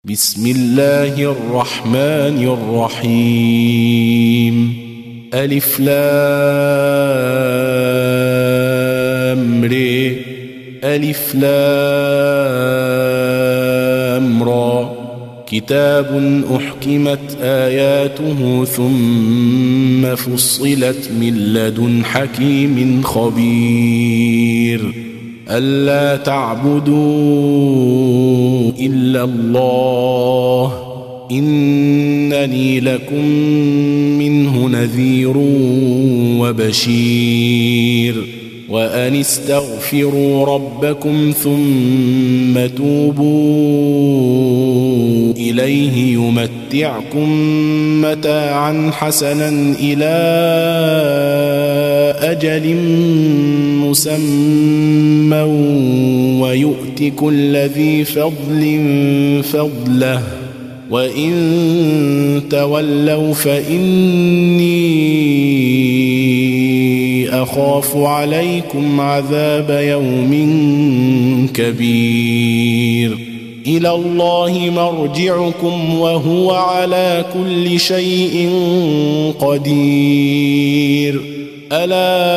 بسم الله الرحمن الرحيم ألف لام ر ألف لام را كتاب أحكمت آياته ثم فصلت من لدن حكيم خبير ألا تعبدوا إلا الله إنني لكم منه نذير وبشير وأن استغفروا ربكم ثم توبوا إليه يمتعكم متاعا حسنا إلى أجل مسمى ويؤت كل ذي فضل فضله وإن تولوا فإني أخاف عليكم عذاب يوم كبير إلى الله مرجعكم وهو على كل شيء قدير ألا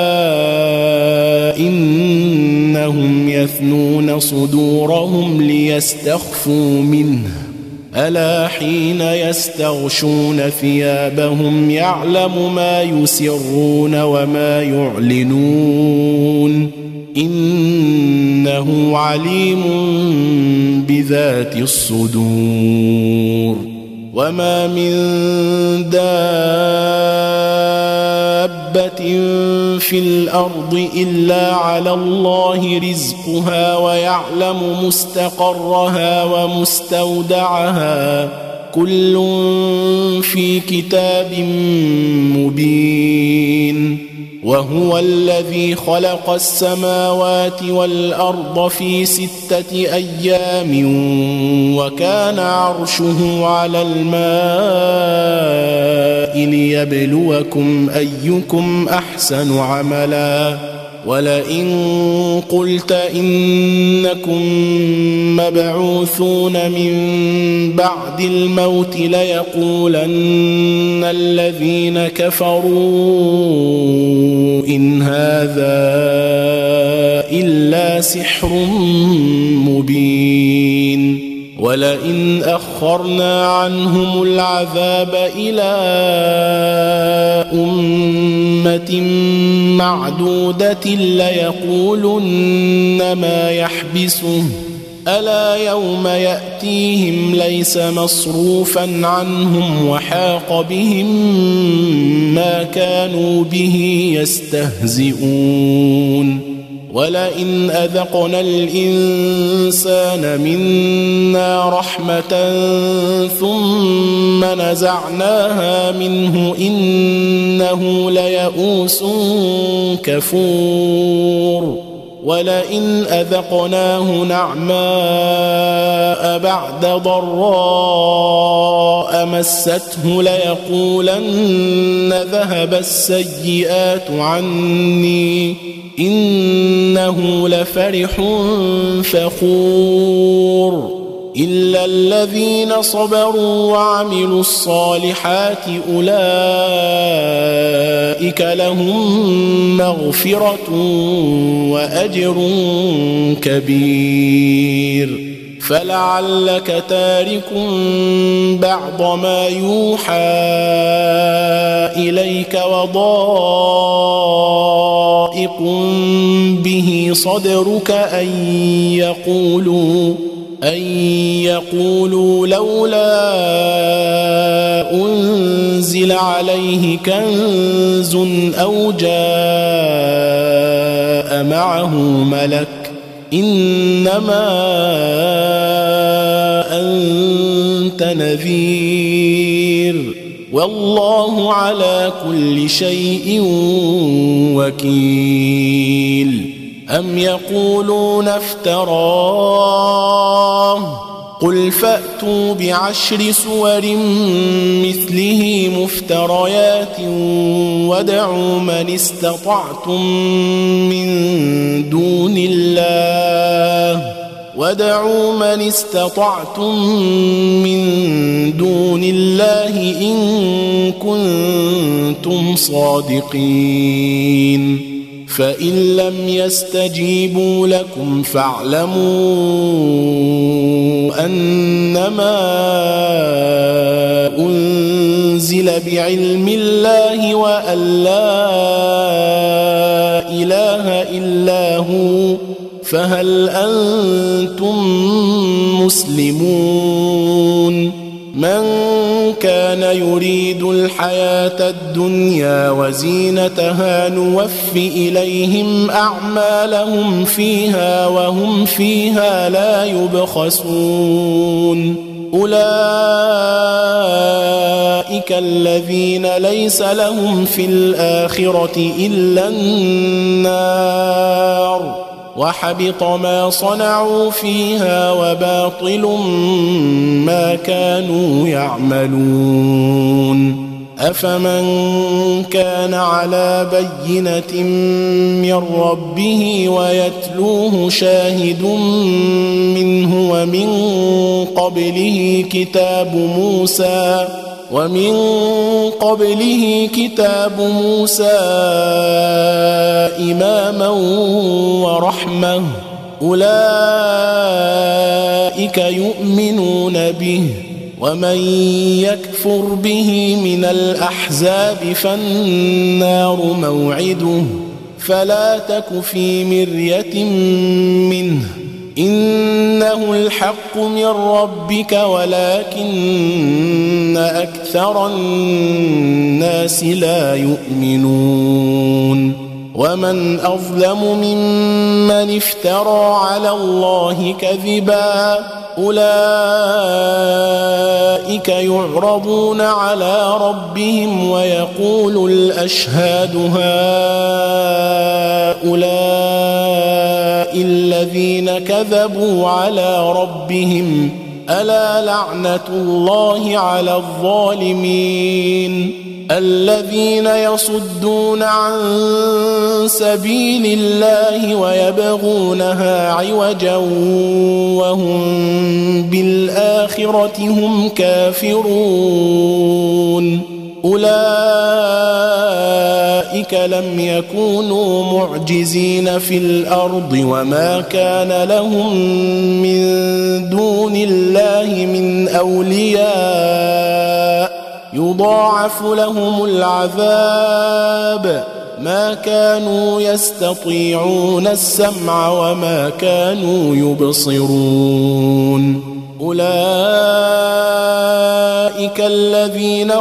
إنهم يثنون صدورهم ليستخفوا منه ألا حين يستغشون ثيابهم يعلم ما يسرون وما يعلنون إنه عليم بذات الصدور وما من دابة في الأرض إلا على الله رزقها ويعلم مستقرها ومستودعها كل في كتاب مبين وهو الذي خلق السماوات والأرض في 6 أيام وكان عرشه على الماء ليبلوكم أيكم أحسن عملا ولئن قلت إنكم مبعوثون من بعد الموت ليقولن الذين كفروا إن هذا إلا سحر مبين ولئن أخرنا عنهم العذاب إلى أمة معدودة ليقولن ما يحبسه ألا يوم يأتيهم ليس مصروفا عنهم وحاق بهم ما كانوا به يستهزئون ولئن أذقنا الإنسان منا رحمة ثم نزعناها منه إنه ليئوس كفور ولئن أذقناه نعماء بعد ضراء مسته ليقولن ذهب السيئات عني إنه لفرح فخور إلا الذين صبروا وعملوا الصالحات أولئك لهم مغفرة وأجر كبير فلعلك تارك بعض ما يوحى إليك وضائق به صدرك أن يقولوا لولا أنزل عليه كنز أو جاء معه ملك إنما أنت نذير والله على كل شيء وكيل أم يقولون افتراه قل فأتوا ب10 سور مثله مفتريات وادعوا من استطعتم من دون الله وادعوا من استطعتم من دون الله إن كنتم صادقين فإن لم يستجيبوا لكم فاعلموا أنما أنزل بعلم الله وأن لا إله إلا هو فهل أنتم مسلمون من كان يريد الحياة الدنيا وزينتها نوف إليهم أعمالهم فيها وهم فيها لا يبخسون أولئك الذين ليس لهم في الآخرة إلا النار وحبط ما صنعوا فيها وباطل ما كانوا يعملون أفمن كان على بينة من ربه ويتلوه شاهد منه ومن قبله كتاب موسى إماما ورحمة أولئك يؤمنون به ومن يكفر به من الأحزاب فالنار موعده فلا تك في مرية منه إنه الحق من ربك ولكن أكثر الناس لا يؤمنون ومن أظلم ممن افترى على الله كذبا أولئك يعرضون على ربهم ويقول الأشهاد هؤلاء الذين كذبوا على ربهم ألا لعنة الله على الظالمين الذين يصدون عن سبيل الله ويبغونها عوجا وهم بالآخرة هم كافرون أولئك لم يكونوا معجزين في الأرض وما كان لهم من دون الله من أولياء يضاعف لهم العذاب ما كانوا يستطيعون السمع وما كانوا يبصرون أولئك الذين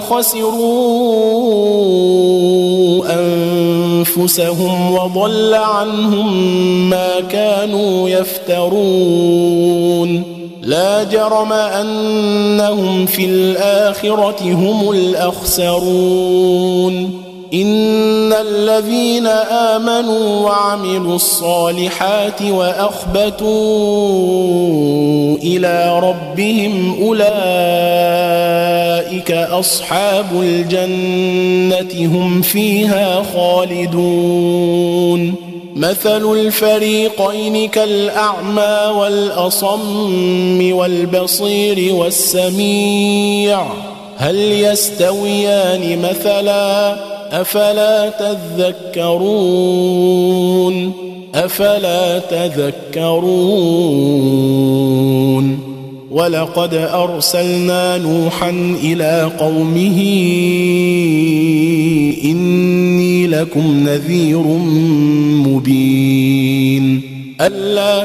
خسروا أنفسهم وضل عنهم ما كانوا يفترون لا جرم أنهم في الآخرة هم الأخسرون إن الذين آمنوا وعملوا الصالحات وأخبتوا إلى ربهم أولئك أصحاب الجنة هم فيها خالدون مثل الفريقين كالأعمى والأصم والبصير والسميع هل يستويان مثلا أفلا تذكرون ولقد أرسلنا نوحا إلى قومه إني لكم نذير مبين ألا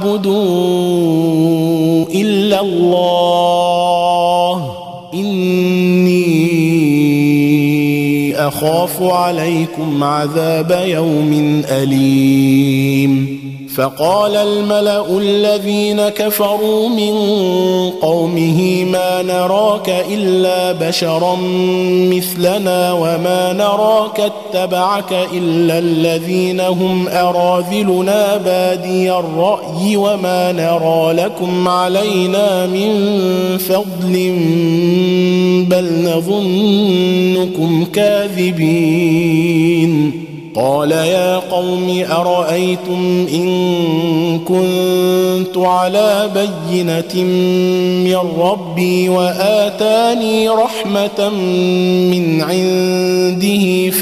تعبدوا إلا الله إني أخاف عليكم عذاب يوم أليم فقال الملأ الذين كفروا من قومه ما نراك إلا بشرا مثلنا وما نراك اتبعك إلا الذين هم أراذلنا بادي الرأي وما نرى لكم علينا من فضل بل نظنكم كاذبين قال يا قوم أرأيتم إن كنت على بينة من ربي وآتاني رحمة من عنده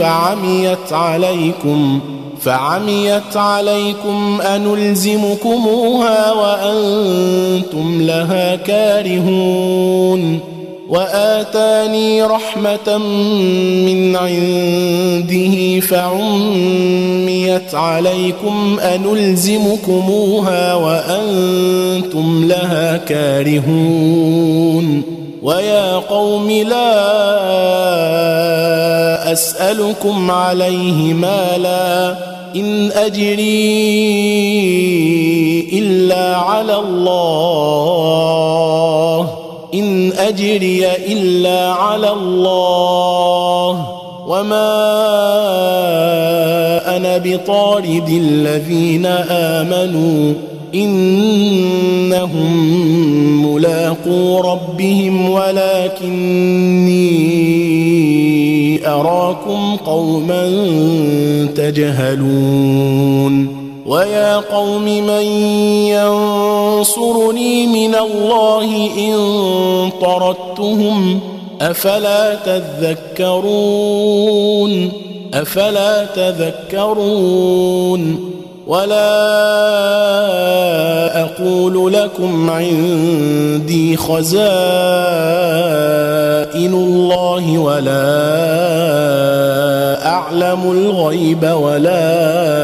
فعميت عليكم أنلزمكموها وأنتم لها كارهون وآتاني رحمة من عنده فعميت عليكم أنلزمكموها وأنتم لها كارهون ويا قوم لا أسألكم عليه مالا إن أجري إلا على الله وما أنا بطارد الذين آمنوا إنهم ملاقو ربهم ولكني أراكم قوما تجهلون ويا قوم من ينصرني من الله إن طردتهم أفلا تذكرون ولا أقول لكم عندي خزائن الله ولا أعلم الغيب ولا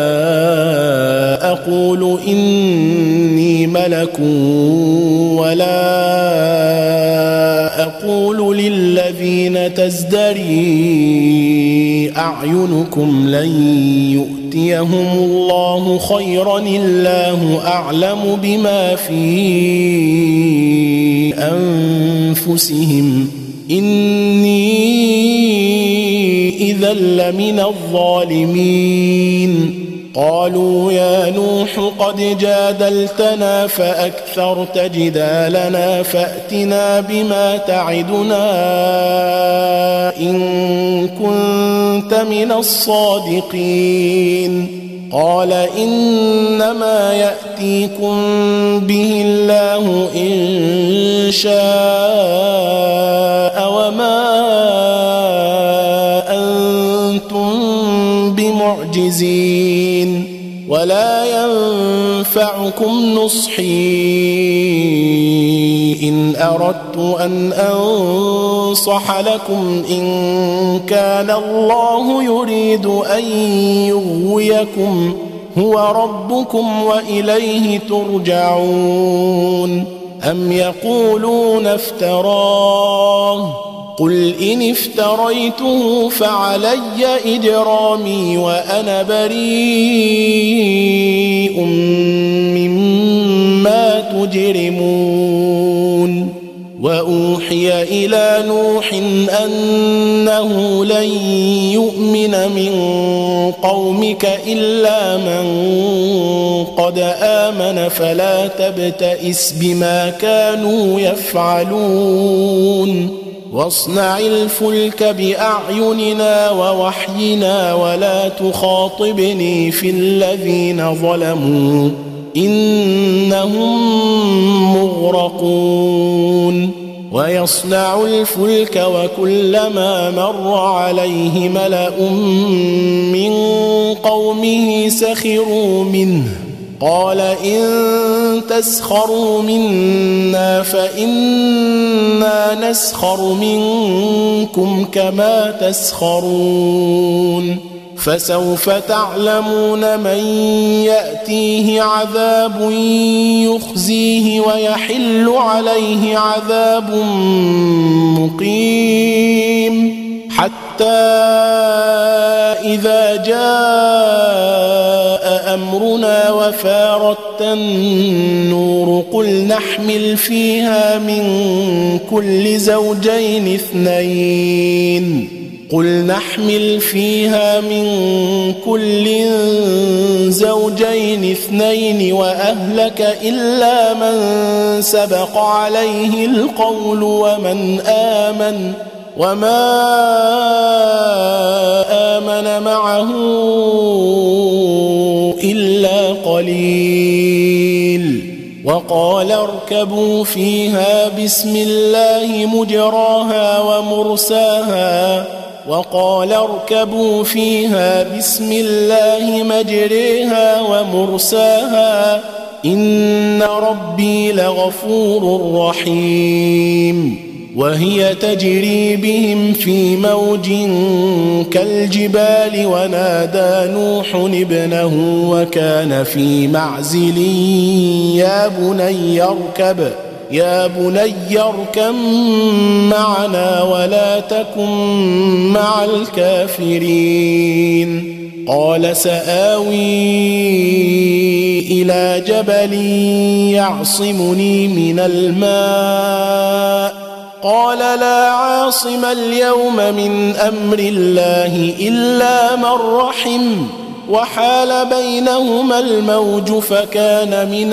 أقول إني ملك ولا أقول للذين تزدري أعينكم لن يؤتيهم الله خيرا الله أعلم بما في أنفسهم إني إذا لمن الظالمين قالوا يا نوح قد جادلتنا فأكثرت جدالنا فأتنا بما تعدنا إن كنت من الصادقين قال إنما يأتيكم به الله إن شاء وما أنتم بمعجزين ولا ينفعكم نصحي إن أردت أن أنصح لكم إن كان الله يريد أن يغويكم هو ربكم وإليه ترجعون أم يقولون افتراه قل إن افتريته فعلي إجرامي وأنا بريء مما تجرمون وأوحي إلى نوح أنه لن يؤمن من قومك إلا من قد آمن فلا تبتئس بما كانوا يفعلون واصنع الفلك بأعيننا ووحينا ولا تخاطبني في الذين ظلموا إنهم مغرقون ويصنع الفلك وكلما مر عليه ملأ من قومه سخروا منه قال إن تسخروا منا فإنا نسخر منكم كما تسخرون فسوف تعلمون من يأتيه عذاب يخزيه ويحل عليه عذاب مقيم حتى إذا جاء أمرنا وفارت النور قل نحمل فيها من كل زوجين اثنين وأهلك إلا من سبق عليه القول ومن آمن وما آمن آمن معه إلا قليل. وقال اركبوا فيها بسم الله مجراها ومرساها وقال اركبوا فيها بسم الله مجريها ومرساها إن ربي لغفور رحيم. وهي تجري بهم في موج كالجبال ونادى نوح ابنه وكان في معزل يا بني اركب معنا ولا تكن مع الكافرين. قال سآوي إلى جبل يعصمني من الماء قال لا عاصم اليوم من أمر الله إلا من رحم وحال بينهما الموج فكان من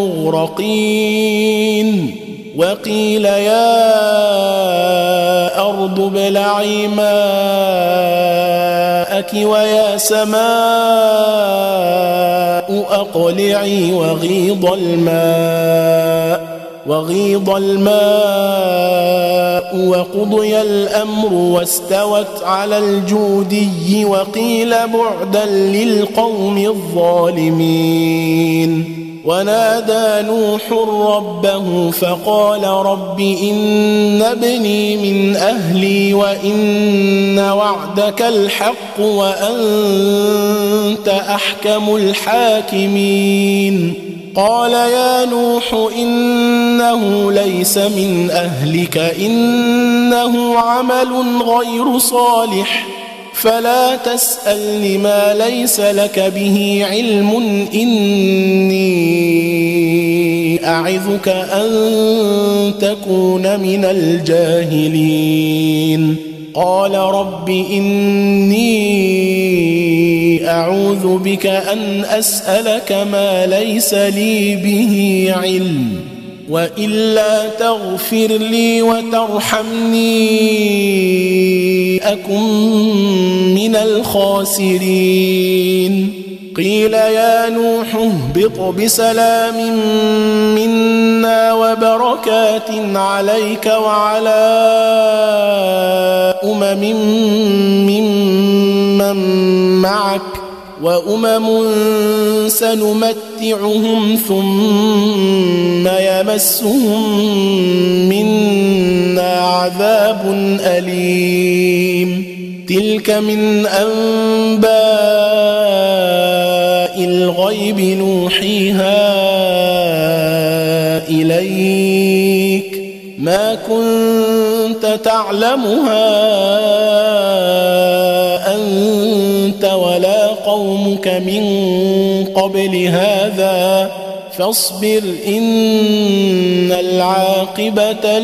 المغرقين. وقيل يا أرض ابلعي ماءك ويا سماء أقلعي وغيض الماء وقضي الأمر واستوت على الجودي وقيل بعدا للقوم الظالمين. ونادى نوح ربه فقال رب إن ابني من أهلي وإن وعدك الحق وأنت أحكم الحاكمين. قال يا نوح إنه ليس من أهلك إنه عمل غير صالح فلا تسألني ما ليس لك به علم إني أعظك أن تكون من الجاهلين. قال رب إني أعوذ بك أن أسألك ما ليس لي به علم وإلا تغفر لي وترحمني أكن من الخاسرين. قيل يا نوح اهبط بسلام منا وبركات عليك وعلى ممن معك وأمم سنمتعهم ثم يمسهم منا عذاب أليم. تلك من أنباء الغيب نوحيها إليك ما كنت تعلمها أنت ولا قومك من قبل هذا فاصبر إن العاقبة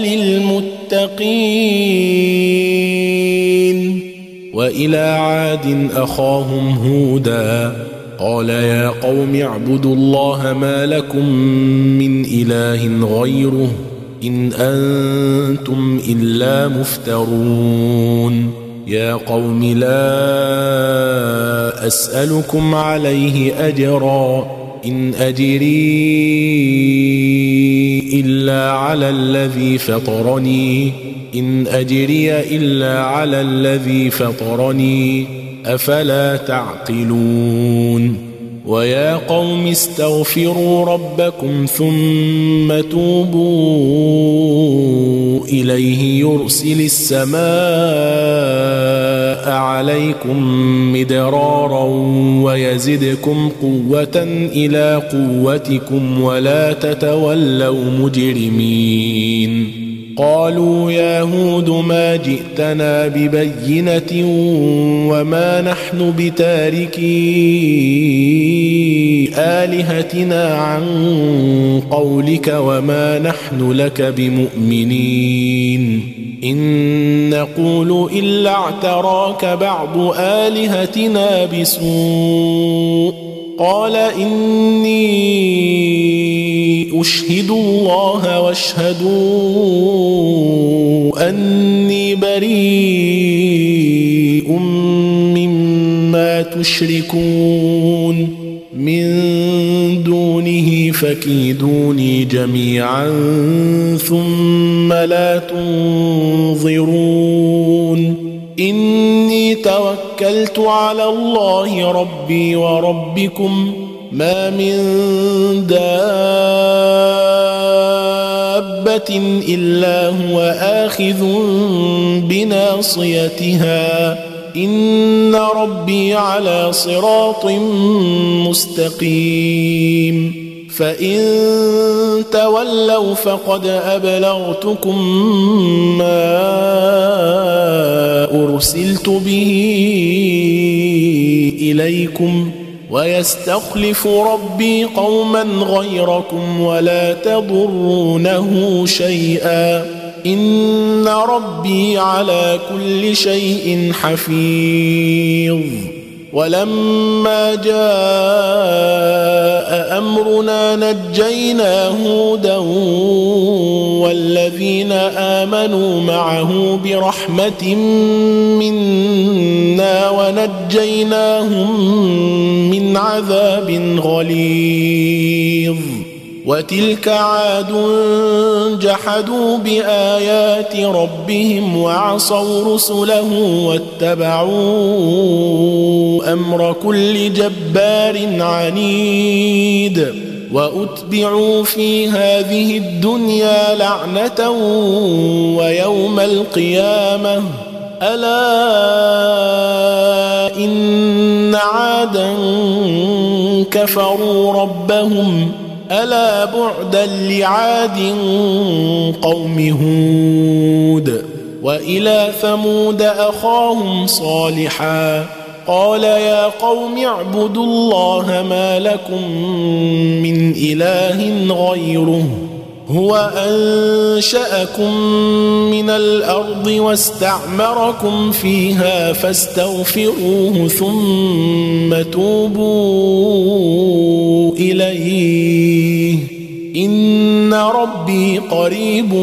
للمتقين. وإلى عاد أخاهم هودا قال يا قوم اعبدوا الله ما لكم من إله غيره إن أنتم إلا مفترون. يا قوم لا أسألكم عليه أجرا إن أجري إلا على الذي فطرني أفلا تعقلون. ويا قوم استغفروا ربكم ثم توبوا إليه يرسل السماء عليكم مدرارا ويزدكم قوة إلى قوتكم ولا تتولوا مجرمين. قالوا يا هود ما جئتنا ببينة وما نحن بتاركي آلهتنا عن قولك وما نحن لك بمؤمنين إن نقول إلا اعتراك بعض آلهتنا بسوء. قال إني أشهد الله واشهدوا أني بريء مما يشركون من دونه فكيدوني جميعا ثم لا تنظرون إني توكلت على الله ربي وربكم ما من دابة إلا هو آخذ بناصيتها إن ربي على صراط مستقيم فإن تولوا فقد أبلغتكم ما أرسلت به إليكم ويستخلف ربي قوما غيركم ولا تضرونه شيئا إن ربي على كل شيء حفيظ ولما جاء أمرنا نجينا هودا والذين آمنوا معه برحمة منا ونجيناهم من عذاب غليظ وتلك عاد جحدوا بآيات ربهم وعصوا رسله واتبعوا أمر كل جبار عنيد وأتبعوا في هذه الدنيا لعنة ويوم القيامة ألا إن عادا كفروا ربهم ألا بعدا لعاد قوم هود وإلى ثمود أخاهم صالحا قال يا قوم اعبدوا الله ما لكم من إله غيره هو أنشأكم من الأرض واستعمركم فيها فاستغفروه ثم توبوا إليه إن ربي قريب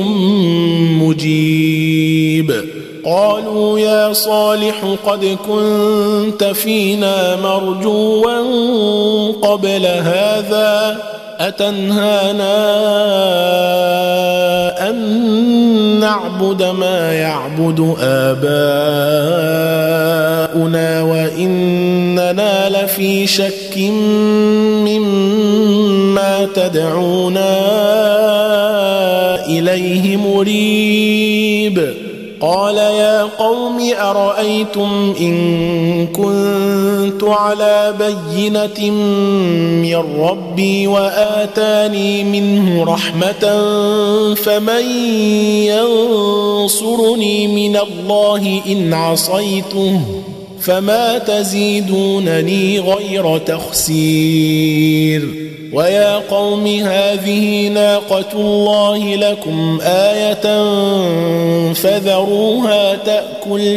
مجيب قالوا يا صالح قد كنت فينا مرجوا قبل هذا أتنهانا أن نعبد ما يعبد آباؤنا وإننا لفي شك مما تدعونا إليه مريب قال يا قوم أرأيتم إن كنت على بينة من ربي وآتاني منه رحمة فمن ينصرني من الله إن عصيته فما تزيدونني غير تخسير ويا قوم هذه ناقة الله لكم آية فذروها تأكل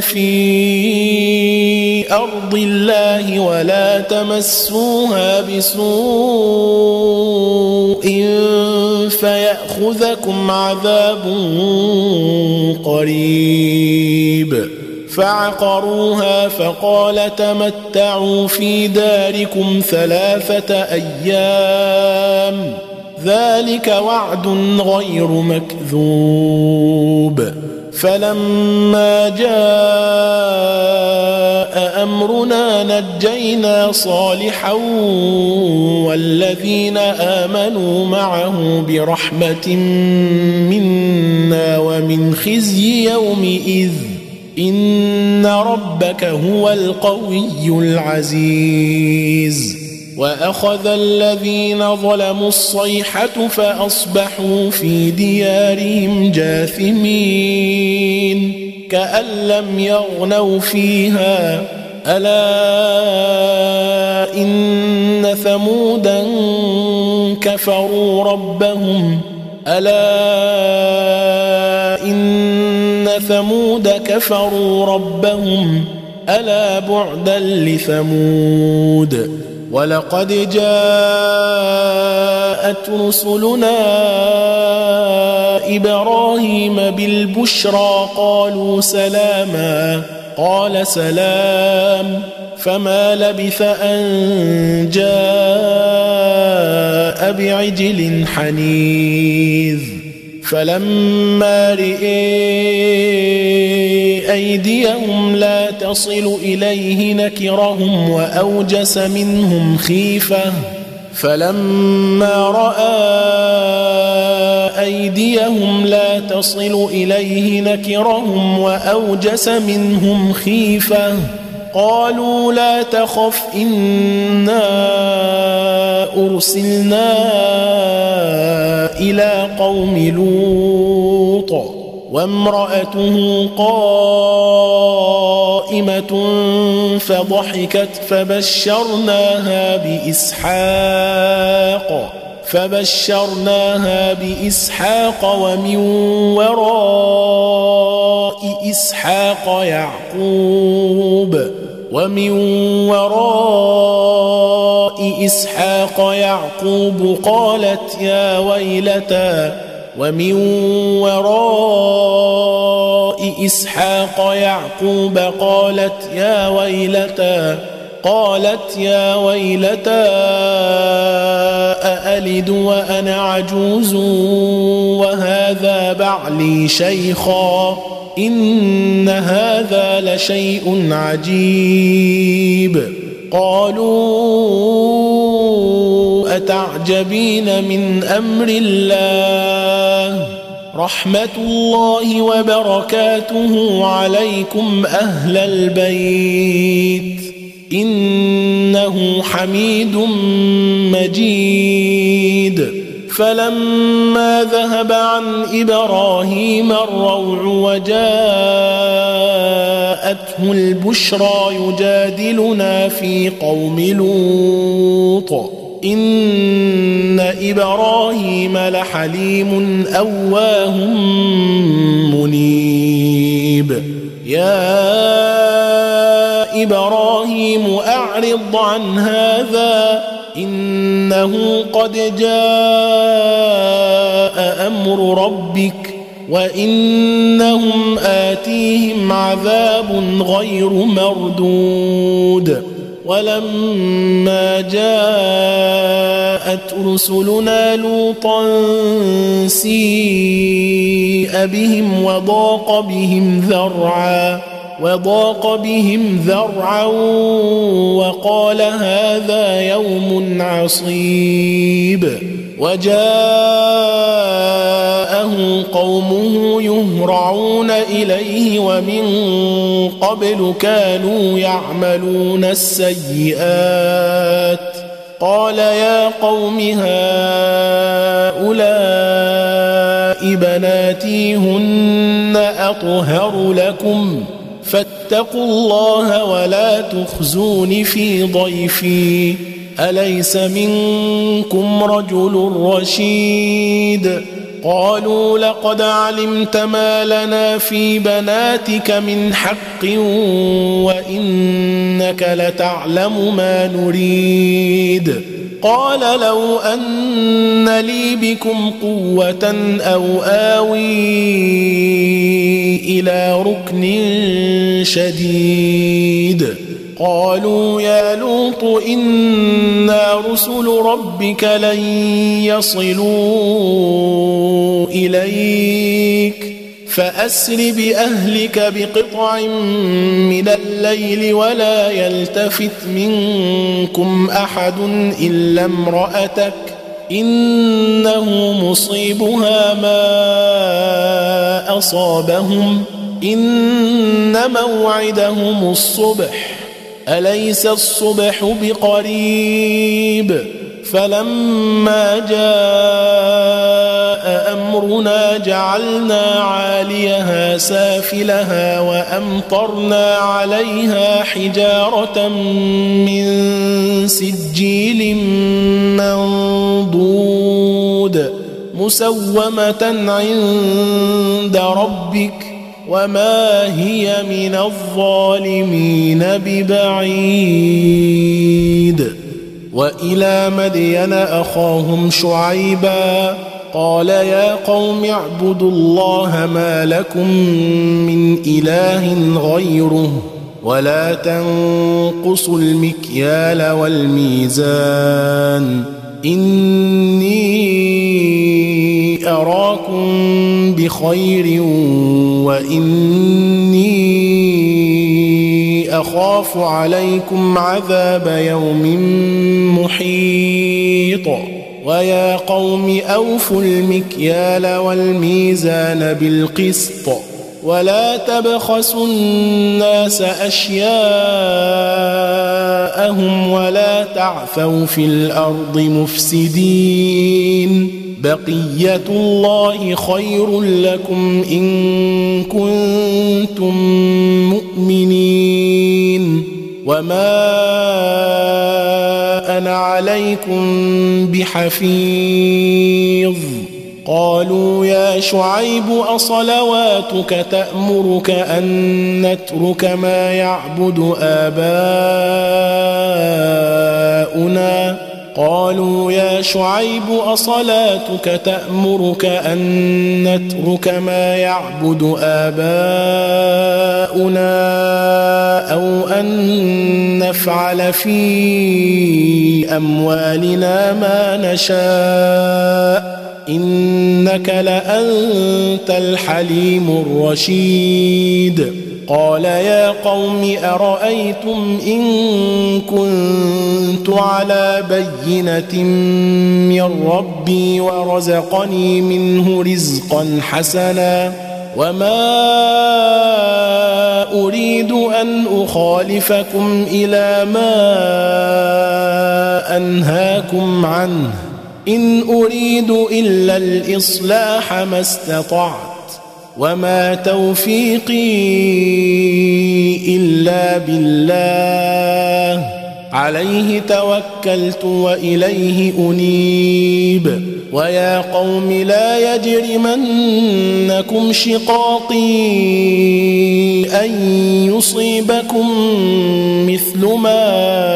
في أرض الله ولا تمسوها بسوء فيأخذكم عذاب قريب فعقروها فقال تمتعوا في داركم 3 أيام ذلك وعد غير مكذوب فلما جاء أمرنا نجينا صالحا والذين آمنوا معه برحمة منا ومن خزي يومئذ إن ربك هو القوي العزيز وأخذ الذين ظلموا الصيحة فأصبحوا في ديارهم جاثمين كأن لم يغنوا فيها ألا إن ثمودا كفروا ربهم ألا بعدا لثمود ولقد جاءت رسلنا إبراهيم بالبشرى قالوا سلاما قال سلام، فما لبث أن جاء بعجل حنيذ. فلما رئي أيديهم لا تصل إليه نكرهم وأوجس منهم خيفة. فلما رأى أيديهم لا تصل إليه نكرهم وأوجس منهم خيفة. قالوا لا تخف إنا أرسلنا إلى قوم لوط وامرأته قائمة فضحكت فبشرناها بإسحاق ومن وراء إسحاق يعقوب قالت يا ويلتى ومن وراء إسحاق يعقوب قالت يا ويلتى أألد وأنا عجوز وهذا بعلي شيخا إن هذا لشيء عجيب. قالوا أتعجبين من أمر الله رحمة الله وبركاته عليكم أهل البيت إنه حميد مجيد. فلما ذهب عن إبراهيم الروع وجاءته البشرى يجادلنا في قوم لوط إن إبراهيم لحليم أواه منيب. يا إبراهيم أعرض عن هذا إنه قد جاء أمر ربك وإنهم آتيهم عذاب غير مردود. ولما جاءت رسلنا لوطا سيء بهم وضاق بهم ذرعا وقال هذا يوم عصيب. وجاءه قومه يهرعون إليه ومن قبل كانوا يعملون السيئات. قال يا قوم هؤلاء بناتي هن أطهر لكم فاتقوا الله ولا تخزون في ضيفي أليس منكم رجل رشيد. قالوا لقد علمت ما لنا في بناتك من حق وإنك لتعلم ما نريد. قال لو أن لي بكم قوة أو آوي إلى ركن شديد. قالوا يا لوط إنا رسل ربك لن يصلوا إليك فأسر بأهلك بقطع من الليل ولا يلتفت منكم أحد إلا امرأتك إنه مصيبها ما أصابهم إن موعدهم الصبح أليس الصبح بقريب. فلما جاء أمرنا جعلنا عاليها سافلها وأمطرنا عليها حجارة من سجيل منضود مسومة عند ربك وما هي من الظالمين ببعيد. وإلى مدين أخاهم شعيبا قال يا قوم اعبدوا الله ما لكم من إله غيره ولا تنقصوا المكيال والميزان إني أراكم بخير وإني أخاف عليكم عذاب يوم محيط ويا قوم أوفوا المكيال والميزان بالقسط ولا تبخسوا الناس أشياءهم ولا تعثوا في الأرض مفسدين بقية الله خير لكم إن كنتم مؤمنين وما أنا عليكم بحفيظ قالوا يا شعيب أصلواتك تأمرك أن نترك ما يعبد آباؤنا قالوا يا شعيب أصلاتك تأمرك أن نترك ما يعبد آباؤنا أو أن نفعل في أموالنا ما نشاء إنك لأنت الحليم الرشيد قال يا قوم أرأيتم إن كنت على بينة من ربي ورزقني منه رزقا حسنا وما أريد أن أخالفكم إلى ما أنهاكم عنه إن أريد إلا الإصلاح ما استطعت وما توفيقي إلا بالله عليه توكلت وإليه أنيب ويا قوم لا يجرمنكم شقاقي أن يصيبكم مثل ما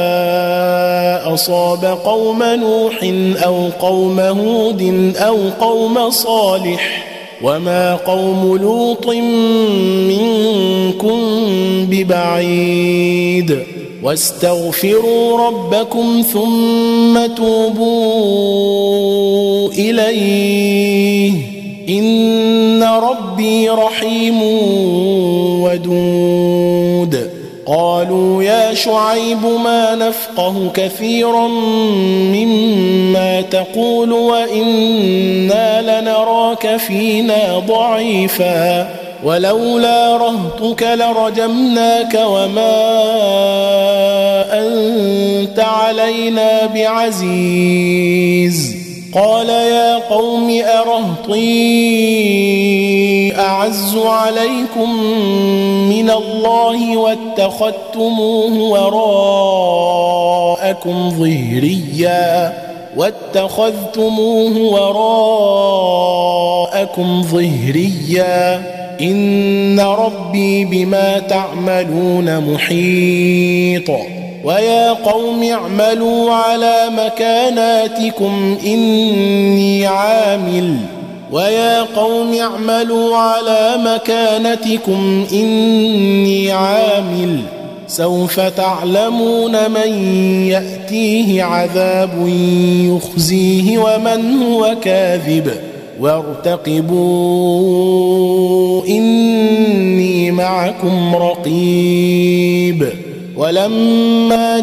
أصاب قوم نوح أو قوم هود أو قوم صالح وما قوم لوط منكم ببعيد واستغفروا ربكم ثم توبوا إليه إن ربي رحيم ودود قالوا يا شعيب ما نفقه كثيرا مما تقول وإنا لنراك فينا ضعيفا ولولا رهطك لرجمناك وما أنت علينا بعزيز قال يا قوم أرهطي أعز عليكم من الله واتخذتموه وراءكم ظهريا إن ربي بما تعملون محيط ويا قوم اعملوا على مكاناتكم إني عامل سوف تعلمون من يأتيه عذاب يخزيه ومن هو كاذب وارتقبوا إني معكم رقيب ولما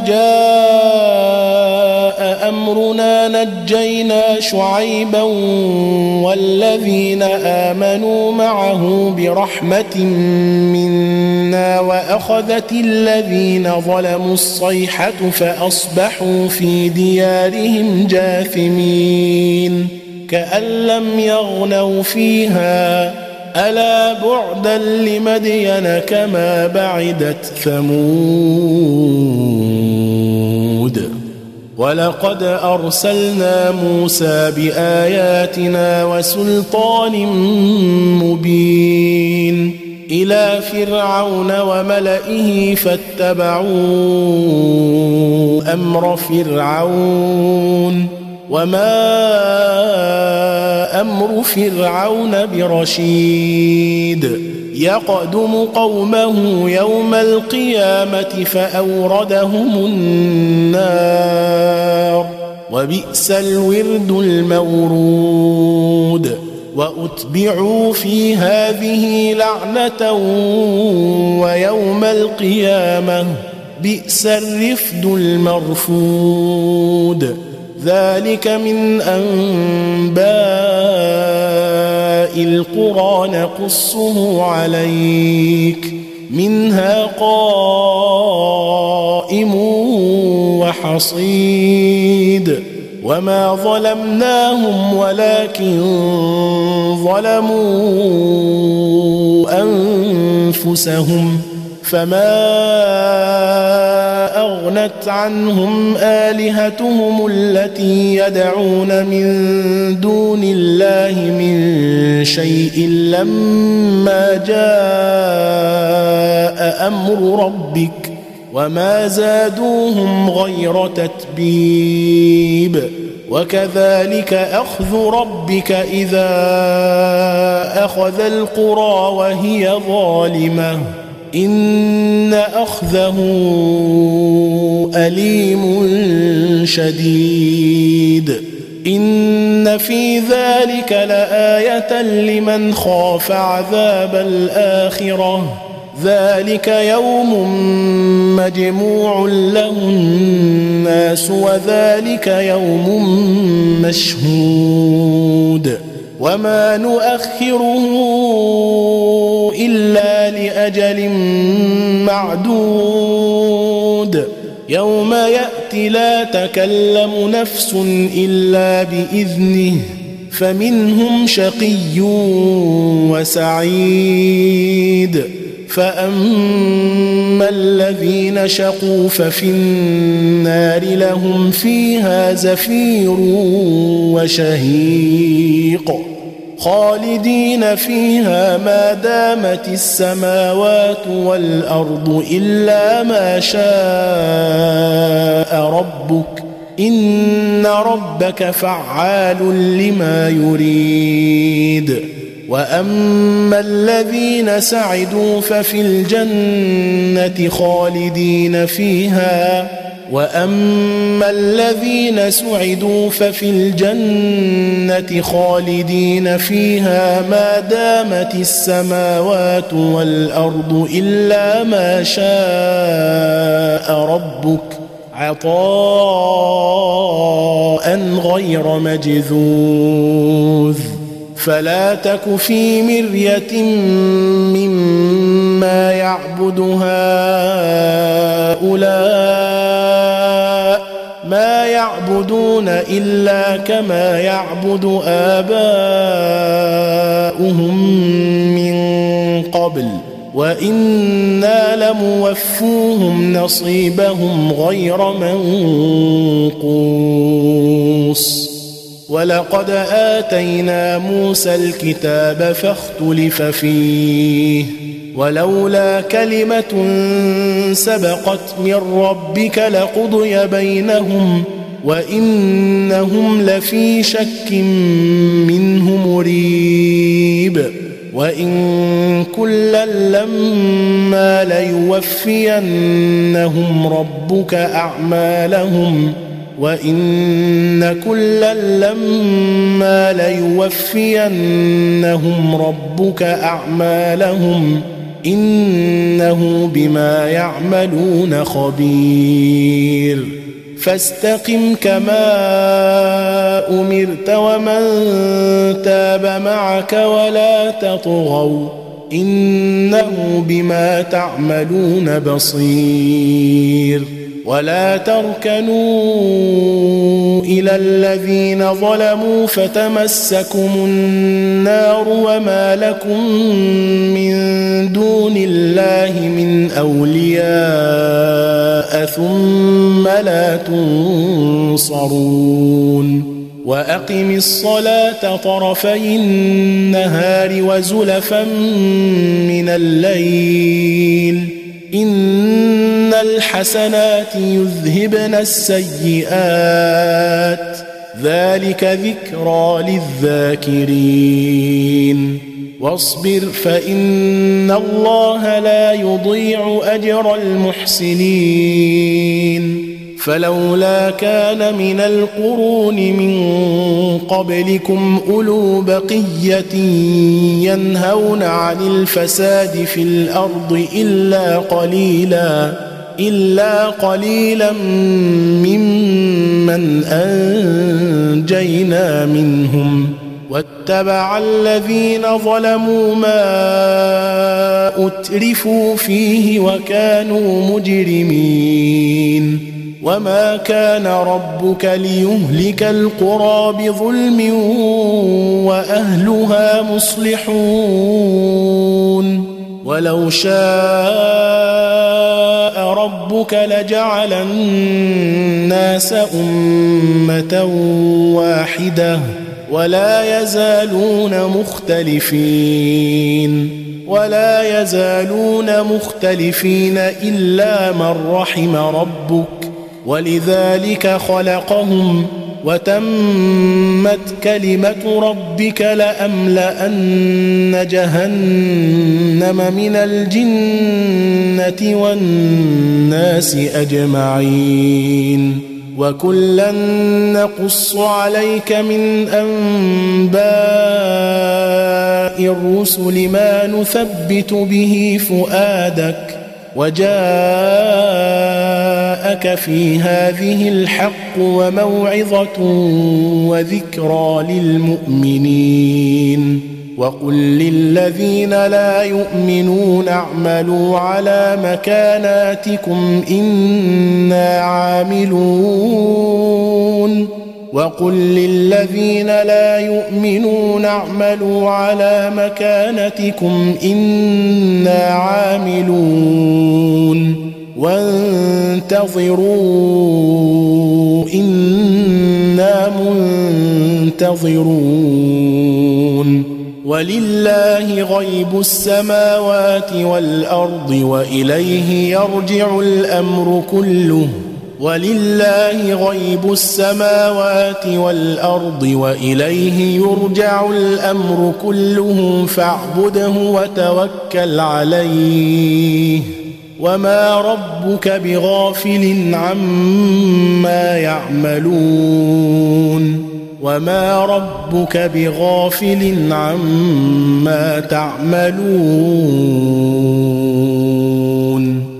جاء أمرنا نجينا شعيبا والذين آمنوا معه برحمة منا وأخذت الذين ظلموا الصيحة فأصبحوا في ديارهم جاثمين كأن لم يغنوا فيها ألا بعدا لمدين كما بعدت ثمود ولقد أرسلنا موسى بآياتنا وسلطان مبين إلى فرعون وملئه فاتبعوا أمر فرعون وما أمر فرعون برشيد يقدم قومه يوم القيامة فأوردهم النار وبئس الورد المورود وأتبعوا في هذه لعنة ويوم القيامة بئس الرفد المرفود ذلك من أنباء القرى نقصه عليك منها قائم وحصيد وما ظلمناهم ولكن ظلموا أنفسهم فما أغنت عنهم آلهتهم التي يدعون من دون الله من شيء لما جاء أمر ربك وما زادوهم غير تتبيب وكذلك أخذ ربك إذا أخذ القرى وهي ظالمة إن أخذه أليم شديد إن في ذلك لآية لمن خاف عذاب الآخرة ذلك يوم مجموع له الناس وذلك يوم مشهود وما نؤخره إلا لأجل معدود يوم يأتي لا تكلم نفس إلا بإذنه فمنهم شقي وسعيد فأما الذين شقوا ففي النار لهم فيها زفير وشهيق خالدين فيها ما دامت السماوات والأرض إلا ما شاء ربك إن ربك فعال لما يريد وأما الذين سعدوا ففي الجنة خالدين فيها وأما الذين سعدوا ففي الجنة خالدين فيها ما دامت السماوات والأرض إلا ما شاء ربك عطاء غير مجذوذ فلا تك في مرية مما يعبد هؤلاء ما يعبدون إلا كما يعبد آباؤهم من قبل وإنا لموفوهم نصيبهم غير منقوص ولقد آتينا موسى الكتاب فاختلف فيه ولولا كلمة سبقت من ربك لقضي بينهم وإنهم لفي شك منه مريب وإن كلا لما ليوفينهم ربك أعمالهم وإن كلا لما ليوفينهم ربك أعمالهم إنه بما يعملون خبير فاستقم كما أمرت ومن تاب معك ولا تطغوا إنه بما تعملون بصير ولا تركنوا إلى الذين ظلموا فتمسكم النار وما لكم من دون الله من أولياء ثم لا تنصرون وأقم الصلاة طرفي النهار وزلفا من الليل إن الحسنات يذهبن السيئات ذلك ذكرى للذاكرين واصبر فإن الله لا يضيع أجر المحسنين فلولا كان من القرون من قبلكم أولو بقية ينهون عن الفساد في الأرض إلا قليلا ممن أنجينا منهم واتبع الذين ظلموا ما أترفوا فيه وكانوا مجرمين وما كان ربك ليهلك القرى بظلم وأهلها مصلحون ولو شاء ربك لجعل الناس أمة واحدة ولا يزالون مختلفين إلا من رحم ربك ولذلك خلقهم وتمت كلمة ربك لأملأن جهنم من الجنة والناس أجمعين وكلا نقص عليك من أنباء الرسل ما نثبت به فؤادك وجاءك في هذه الحق وموعظة وذكرى للمؤمنين وقل للذين لا يؤمنون اعملوا على مكاناتكم إنا عاملون وانتظروا إنا منتظرون ولله غيب السماوات والأرض وإليه يرجع الأمر كله فاعبده وتوكل عليه وما ربك بغافل عما تعملون